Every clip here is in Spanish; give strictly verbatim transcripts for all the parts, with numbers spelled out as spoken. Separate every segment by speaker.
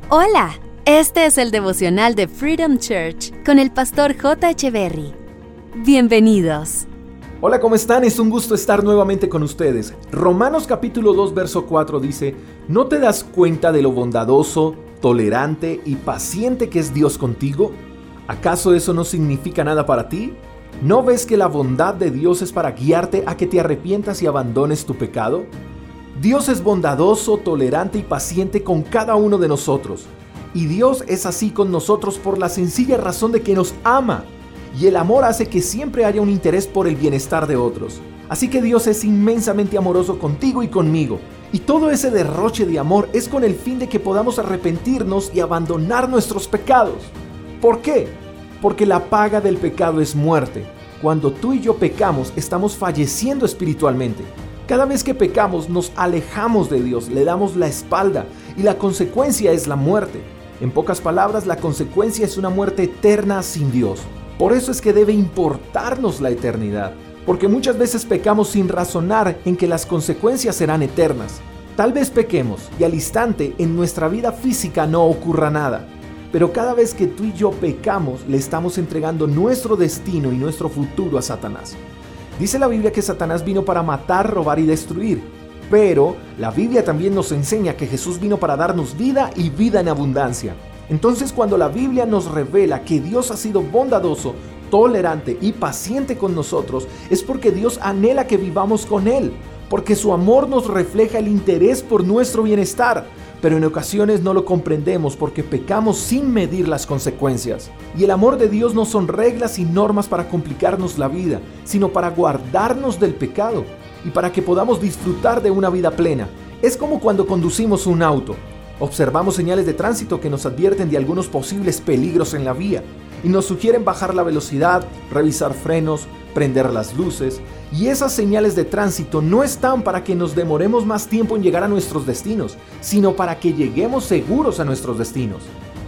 Speaker 1: Hola, este es el devocional de Freedom Church con el pastor J. Echeverry. Bienvenidos.
Speaker 2: Hola, ¿cómo están? Es un gusto estar nuevamente con ustedes. Romanos capítulo dos, verso cuatro dice: ¿No te das cuenta de lo bondadoso, tolerante y paciente que es Dios contigo? ¿Acaso eso no significa nada para ti? ¿No ves que la bondad de Dios es para guiarte a que te arrepientas y abandones tu pecado? Dios es bondadoso, tolerante y paciente con cada uno de nosotros. Y Dios es así con nosotros por la sencilla razón de que nos ama. Y el amor hace que siempre haya un interés por el bienestar de otros. Así que Dios es inmensamente amoroso contigo y conmigo. Y todo ese derroche de amor es con el fin de que podamos arrepentirnos y abandonar nuestros pecados. ¿Por qué? Porque la paga del pecado es muerte. Cuando tú y yo pecamos, estamos falleciendo espiritualmente. Cada vez que pecamos, nos alejamos de Dios, le damos la espalda y la consecuencia es la muerte. En pocas palabras, la consecuencia es una muerte eterna sin Dios. Por eso es que debe importarnos la eternidad, porque muchas veces pecamos sin razonar en que las consecuencias serán eternas. Tal vez pequemos y al instante en nuestra vida física no ocurra nada, pero cada vez que tú y yo pecamos, le estamos entregando nuestro destino y nuestro futuro a Satanás. Dice la Biblia que Satanás vino para matar, robar y destruir, pero la Biblia también nos enseña que Jesús vino para darnos vida y vida en abundancia. Entonces, cuando la Biblia nos revela que Dios ha sido bondadoso, tolerante y paciente con nosotros, es porque Dios anhela que vivamos con Él, porque su amor nos refleja el interés por nuestro bienestar, pero en ocasiones no lo comprendemos porque pecamos sin medir las consecuencias. Y el amor de Dios no son reglas y normas para complicarnos la vida, sino para guardarnos del pecado y para que podamos disfrutar de una vida plena. Es como cuando conducimos un auto. Observamos señales de tránsito que nos advierten de algunos posibles peligros en la vía y nos sugieren bajar la velocidad, revisar frenos, prender las luces. Y esas señales de tránsito no están para que nos demoremos más tiempo en llegar a nuestros destinos, sino para que lleguemos seguros a nuestros destinos.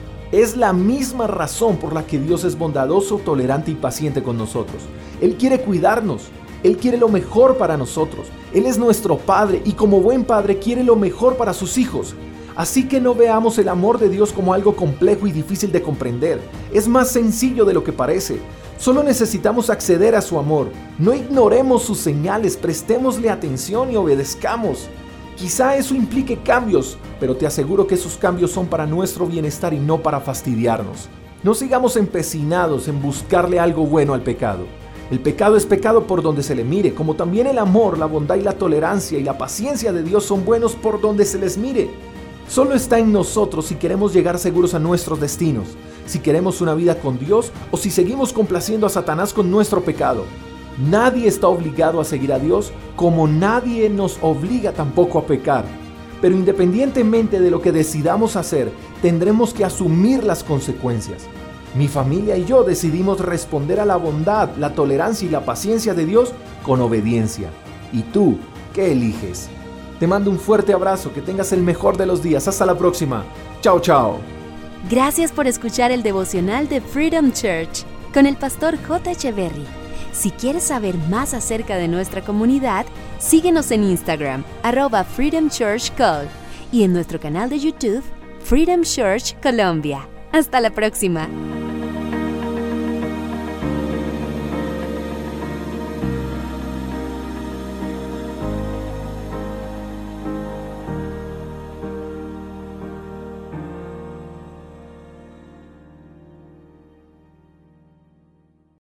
Speaker 2: Es la misma razón por la que Dios es bondadoso, tolerante y paciente con nosotros. Él quiere cuidarnos, Él quiere lo mejor para nosotros. Él es nuestro Padre y como buen Padre quiere lo mejor para sus hijos. Así que no veamos el amor de Dios como algo complejo y difícil de comprender. Es más sencillo de lo que parece. Solo necesitamos acceder a su amor. No ignoremos sus señales, prestémosle atención y obedezcamos. Quizá eso implique cambios, pero te aseguro que esos cambios son para nuestro bienestar y no para fastidiarnos. No sigamos empecinados en buscarle algo bueno al pecado. El pecado es pecado por donde se le mire, como también el amor, la bondad y la tolerancia y la paciencia de Dios son buenos por donde se les mire. Solo está en nosotros si queremos llegar seguros a nuestros destinos, si queremos una vida con Dios o si seguimos complaciendo a Satanás con nuestro pecado. Nadie está obligado a seguir a Dios, como nadie nos obliga tampoco a pecar. Pero independientemente de lo que decidamos hacer, tendremos que asumir las consecuencias. Mi familia y yo decidimos responder a la bondad, la tolerancia y la paciencia de Dios con obediencia. ¿Y tú qué eliges? Te mando un fuerte abrazo, que tengas el mejor de los días. Hasta la próxima. Chao, chao.
Speaker 1: Gracias por escuchar el devocional de Freedom Church con el pastor J. Echeverry. Si quieres saber más acerca de nuestra comunidad, síguenos en Instagram, arroba Freedom Church Col, y en nuestro canal de YouTube, Freedom Church Colombia. Hasta la próxima.